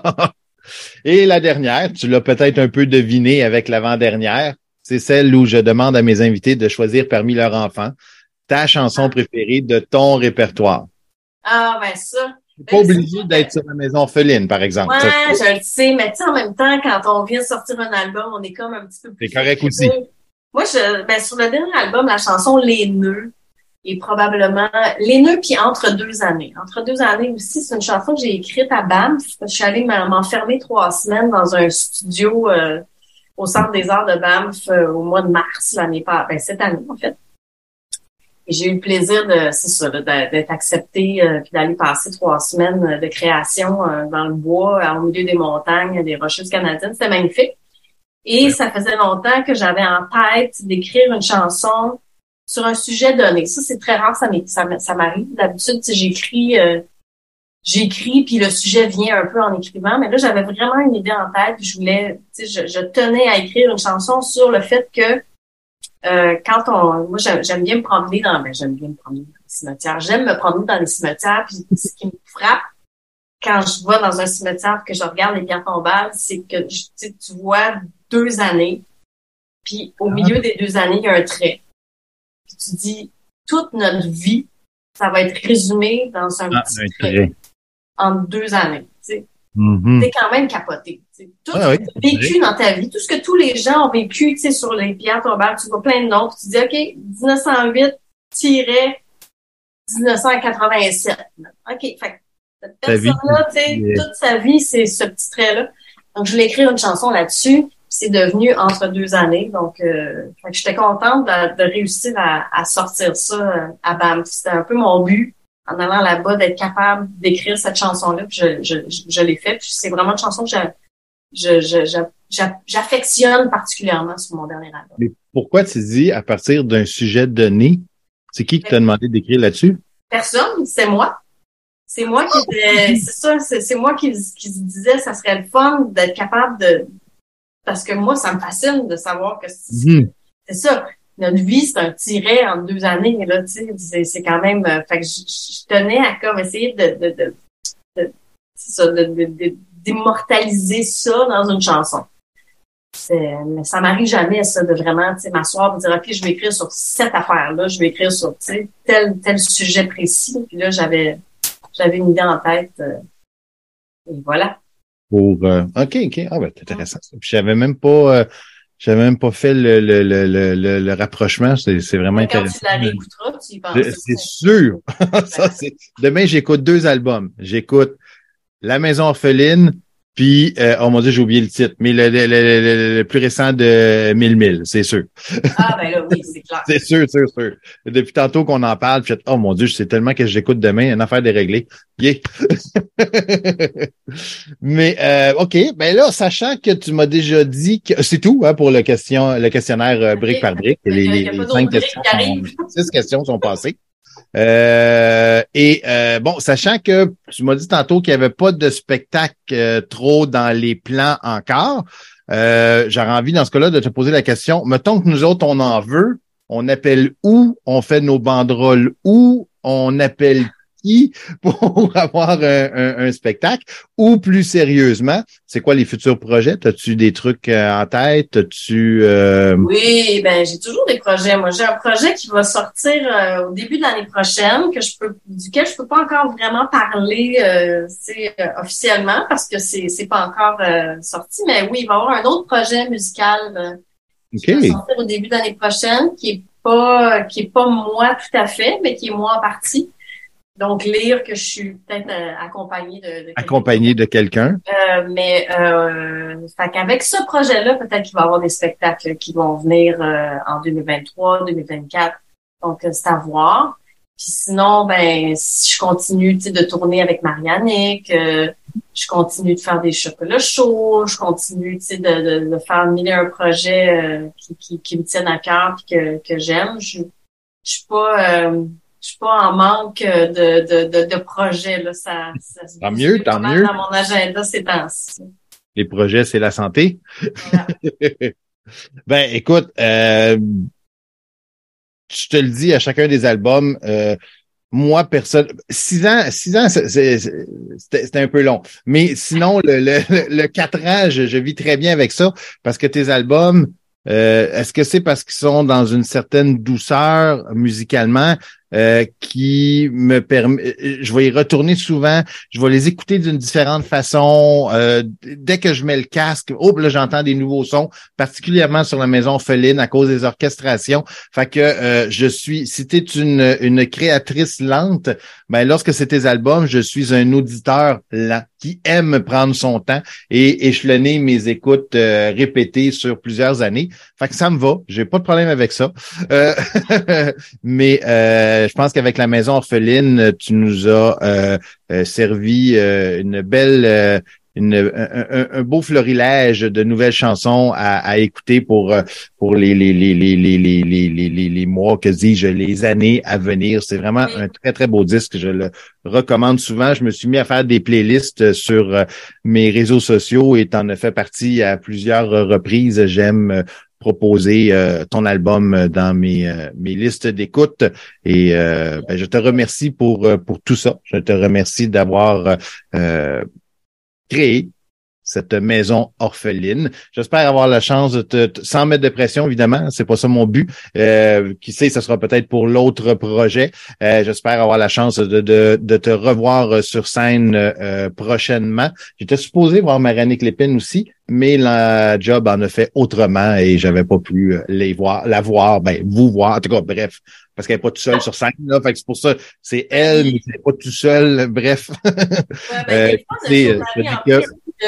Et la dernière, tu l'as peut-être un peu deviné avec l'avant-dernière, c'est celle où je demande à mes invités de choisir parmi leurs enfants ta chanson ah. préférée de ton répertoire. Ah, ben ça. Tu n'es pas obligé d'être sur la maison orpheline, par exemple. Ouais, je le sais, mais tu sais, en même temps, quand on vient de sortir un album, on est comme un petit peu plus... C'est correct aussi. Moi, je, ben, sur le dernier album, la chanson Les Nœuds est probablement Les Nœuds puis Entre deux années. Entre deux années aussi, c'est une chanson que j'ai écrite à Banff. Je suis allée m'enfermer trois semaines dans un studio euh, au Centre des Arts de Banff euh, au mois de mars l'année passée, ben, cette année en fait. Et j'ai eu le plaisir de, c'est ça, là, d'être acceptée euh, puis d'aller passer trois semaines de création euh, dans le bois, au milieu des montagnes, des Rocheuses canadiennes. C'était magnifique. Et ça faisait longtemps que j'avais en tête d'écrire une chanson sur un sujet donné. Ça, c'est très rare, ça, ça, ça m'arrive. D'habitude, tu sais, j'écris, euh, j'écris, puis le sujet vient un peu en écrivant. Mais là, j'avais vraiment une idée en tête. Puis je voulais, tu sais, je, je tenais à écrire une chanson sur le fait que euh, quand on, moi, j'aime, j'aime bien me promener dans, ben, j'aime bien me promener dans les cimetières. J'aime me promener dans les cimetières. Puis ce qui me frappe quand je vais dans un cimetière que je regarde les pierres tombales, c'est que tu sais, tu vois deux années, puis au milieu des deux années, il y a un trait. Puis tu dis, toute notre vie, ça va être résumé dans un ah, petit un trait, trait en deux années. Tu sais. Mm-hmm. C'est quand même capoté. Tu sais. Tout ah, ce que oui, tu as vécu dans ta vie, tout ce que tous les gens ont vécu, tu sais, sur les pierres tombales, tu vois plein de noms, puis tu dis, OK, dix-neuf cent huit dix-neuf cent quatre-vingt-sept. OK, fait cette personne-là, tu sais, yeah. toute sa vie, c'est ce petit trait-là. Donc, je voulais écrire une chanson là-dessus. C'est devenu Entre deux années. Donc, euh, fait que j'étais contente de, de réussir à, à sortir ça à Banff. C'était un peu mon but, en allant là-bas, d'être capable d'écrire cette chanson-là. Puis je, je, je, je l'ai fait. Puis c'est vraiment une chanson que je, je, je, je, j'affectionne particulièrement sur mon dernier album. Mais pourquoi tu dis à partir d'un sujet donné? C'est qui qui t'a demandé d'écrire là-dessus? Personne, c'est moi. C'est moi qui était, c'est ça, c'est, c'est moi qui, qui se disais, ça serait le fun d'être capable de, parce que moi, ça me fascine de savoir que c'est, mmh. c'est ça. Notre vie, c'est un tiret en deux années, là, tu sais, c'est, c'est quand même, euh, fait que je, je tenais à comme essayer de, de, de, de, c'est ça, de, de, de, d'immortaliser ça dans une chanson. C'est, mais ça m'arrive jamais, ça, de vraiment, tu sais, m'asseoir et dire, OK, je vais écrire sur cette affaire-là, je vais écrire sur, tu sais, tel, tel sujet précis. Puis là, j'avais, j'avais une idée en tête. Euh, et voilà. Pour, euh, OK, OK. Ah, ben, c'est intéressant. Puis j'avais même pas, euh, j'avais même pas fait le, le, le, le, le rapprochement. C'est, c'est vraiment quand intéressant. Quand tu la réécouteras, tu y penses. C'est, c'est sûr. Ça, c'est, demain, j'écoute deux albums. J'écoute La Maison orpheline, puis, euh, oh mon Dieu, j'ai oublié le titre, mais le, le, le, le, le plus récent de Mille Mille, c'est sûr. Ah, ben là, oui, c'est clair. C'est sûr, sûr, sûr. Depuis tantôt qu'on en parle, puis oh mon Dieu, je sais tellement que j'écoute demain, une affaire déréglée. Yeah. Mais, euh, OK, ben là, sachant que tu m'as déjà dit que c'est tout, hein, pour le question, le questionnaire euh, brique par brique. Les, les, les, les cinq questions, sont, six questions sont passées. Euh, et euh, bon, sachant que tu m'as dit tantôt qu'il n'y avait pas de spectacle euh, trop dans les plans encore, euh, j'aurais envie dans ce cas-là de te poser la question. Mettons que nous autres, on en veut, on appelle où, on fait nos banderoles où, on appelle qui pour avoir un, un, un spectacle, ou plus sérieusement, c'est quoi les futurs projets? As-tu des trucs en tête? As-tu euh... Oui, ben j'ai toujours des projets. Moi, j'ai un projet qui va sortir euh, au début de l'année prochaine, que je peux, duquel je peux pas encore vraiment parler, euh, c'est euh, officiellement parce que c'est c'est pas encore euh, sorti. Mais oui, il va y avoir un autre projet musical euh, qui okay. va sortir au début de l'année prochaine, qui est pas qui est pas moi tout à fait, mais qui est moi en partie. Donc, lire que je suis peut-être euh, accompagnée de, de quelqu'un. Accompagnée de quelqu'un. Euh, mais euh, fait qu'avec ce projet-là, peut-être qu'il va y avoir des spectacles qui vont venir euh, en deux mille vingt-trois, deux mille vingt-quatre. Donc, euh, c'est à voir. Puis sinon, ben, si je continue, tu sais, de tourner avec Mariannick, euh, je continue de faire des chocolats chauds, je continue, tu sais, de, de, de faire mille et un projets euh, qui, qui, qui me tiennent à cœur puis que, que j'aime. Je, je suis pas, euh, je suis pas en manque de, de, de, de projets, là. Ça, ça se Tant mieux, tant mieux. dans mon agenda ces temps-ci. Les projets, c'est la santé. Voilà. Ben, écoute, euh, je te le dis à chacun des albums, euh, moi, personne, six ans, six ans, c'est, c'est, c'était, c'était un peu long. Mais sinon, le, le, le quatre ans, je, je vis très bien avec ça parce que tes albums, euh, est-ce que c'est parce qu'ils sont dans une certaine douceur musicalement euh, qui me permet, je vais y retourner souvent, je vais les écouter d'une différente façon. Euh, dès que je mets le casque, oh, là, j'entends des nouveaux sons, particulièrement sur la Maison Orpheline à cause des orchestrations. Fait que euh, je suis, si t'es une, une créatrice lente, ben lorsque c'est tes albums, je suis un auditeur lent qui aime prendre son temps et échelonner mes écoutes euh, répétées sur plusieurs années. Fait que ça me va, j'ai pas de problème avec ça. Euh, mais euh, je pense qu'avec la Maison Orpheline, tu nous as euh, euh, servi euh, une belle, euh, une, un, un, un beau florilège de nouvelles chansons à, à écouter pour pour les les les les les les les les, les, les mois, que dis-je, les années à venir. C'est vraiment un très très beau disque. Je le recommande souvent. Je me suis mis à faire des playlists sur mes réseaux sociaux et t'en as fait partie à plusieurs reprises. J'aime proposer euh, ton album dans mes euh, mes listes d'écoute et euh, ben, je te remercie pour pour tout ça. Je te remercie d'avoir euh, créé cette maison orpheline. J'espère avoir la chance de te, te sans mettre de pression, évidemment, c'est pas ça mon but. Euh, qui sait, ce sera peut-être pour l'autre projet. Euh, j'espère avoir la chance de, de, de te revoir sur scène euh, prochainement. J'étais supposé voir Mariannick Lépine aussi, mais la job en a fait autrement et j'avais pas pu les voir, la voir, ben vous voir. En tout cas, bref, parce qu'elle est pas toute seule sur scène, là. Fait que c'est pour ça, c'est elle, mais c'est pas tout seul. Bref. Ouais, ben, des fois, c'est, euh, je que...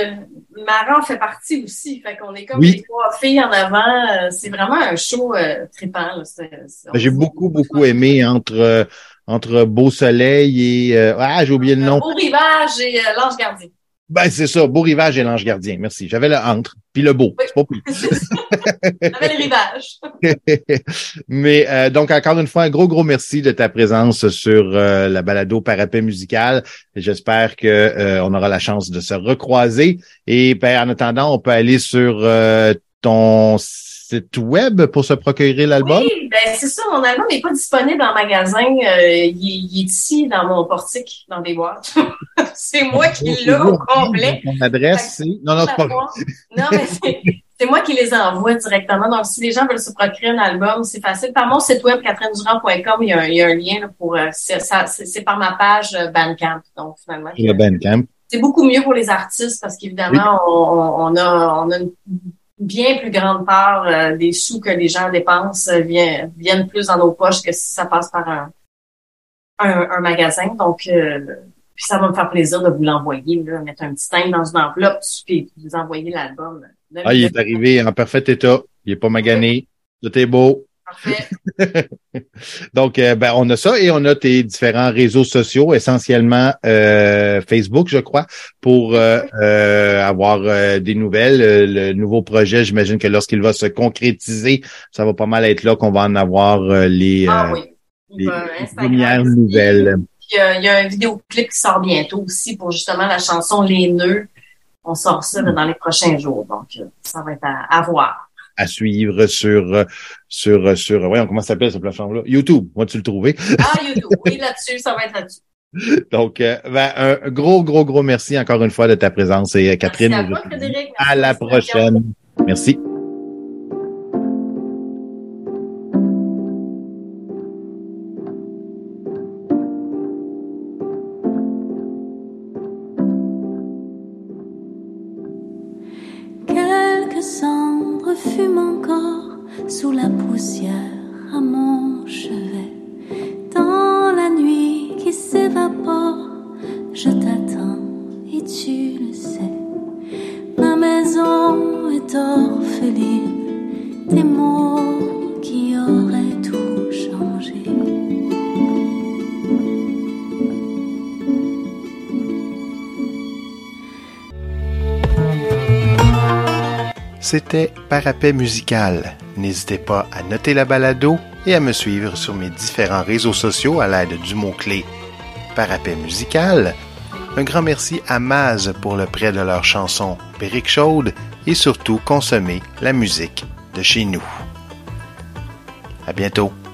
Maran fait partie aussi. Fait qu'on est comme oui. les trois filles en avant. C'est vraiment un show euh, trippant. Là. C'est, c'est, J'ai beaucoup, beaucoup aimé entre euh, entre Beau Soleil et euh, ah, j'ai oublié le nom. Beau Rivage et euh, L'Ange Gardien. Ben, c'est ça, Beau Rivage et l'Ange Gardien. Merci. J'avais le entre, puis le beau. Oui. C'est pas plus. J'avais le rivage. Mais euh, donc, encore une fois, un gros, gros merci de ta présence sur euh, la balado Parapet musical. J'espère que euh, on aura la chance de se recroiser. Et ben, en attendant, on peut aller sur euh, ton site web pour se procurer l'album? Oui, ben c'est ça, mon album n'est pas disponible en magasin. Euh, il, il est ici, dans mon portique, dans des boîtes. C'est moi qui l'ai au complet. Ton adresse, c'est... Non, non, c'est pas grave. Non, mais c'est, c'est moi qui les envoie directement. Donc, si les gens veulent se procurer un album, c'est facile. Par mon site web, catherine durand point com, il y a un, il y a un lien là, pour... C'est, ça, c'est, c'est par ma page Bandcamp. Donc, finalement... Le Bandcamp. C'est beaucoup mieux pour les artistes parce qu'évidemment, oui. on, on a... On a une, bien plus grande part euh, des sous que les gens dépensent euh, viennent, viennent plus dans nos poches que si ça passe par un, un, un magasin. Donc, euh, puis ça va me faire plaisir de vous l'envoyer, là, mettre un petit timbre dans une enveloppe, puis vous envoyer l'album. Là, ah, il est arrivé en parfait état. Il est pas magané. Oui. Tout est beau. Parfait. Donc, euh, ben, on a ça et on a tes différents réseaux sociaux, essentiellement euh, Facebook, je crois, pour euh, euh, avoir euh, des nouvelles. Euh, le nouveau projet, j'imagine que lorsqu'il va se concrétiser, ça va pas mal être là qu'on va en avoir euh, les, ah, oui. les, les premières nouvelles. Il y, a, il y a un vidéoclip qui sort bientôt aussi pour justement la chanson Les Nœuds. On sort ça là, dans les prochains jours, donc ça va être à, à voir. À suivre sur, sur, sur, voyons, comment ça s'appelle cette plateforme-là? YouTube, vas-tu le trouver? Ah, YouTube, oui, là-dessus, ça va être là-dessus. Donc, euh, ben, un gros, gros, gros merci encore une fois de ta présence. Et Catherine, merci à, toi, Frédéric. à la prochaine. Merci. Quelques cendres fument encore sous la poussière à mon chevet, dans la nuit qui s'évapore. tu le sais. Ma maison est orpheline des mots qui auraient tout changé. C'était Parapet musical. N'hésitez pas à noter la balado et à me suivre sur mes différents réseaux sociaux à l'aide du mot-clé Parapet musical. Un grand merci à Maz pour le prêt de leur chanson Perrique chaude et surtout consommer la musique de chez nous. À bientôt.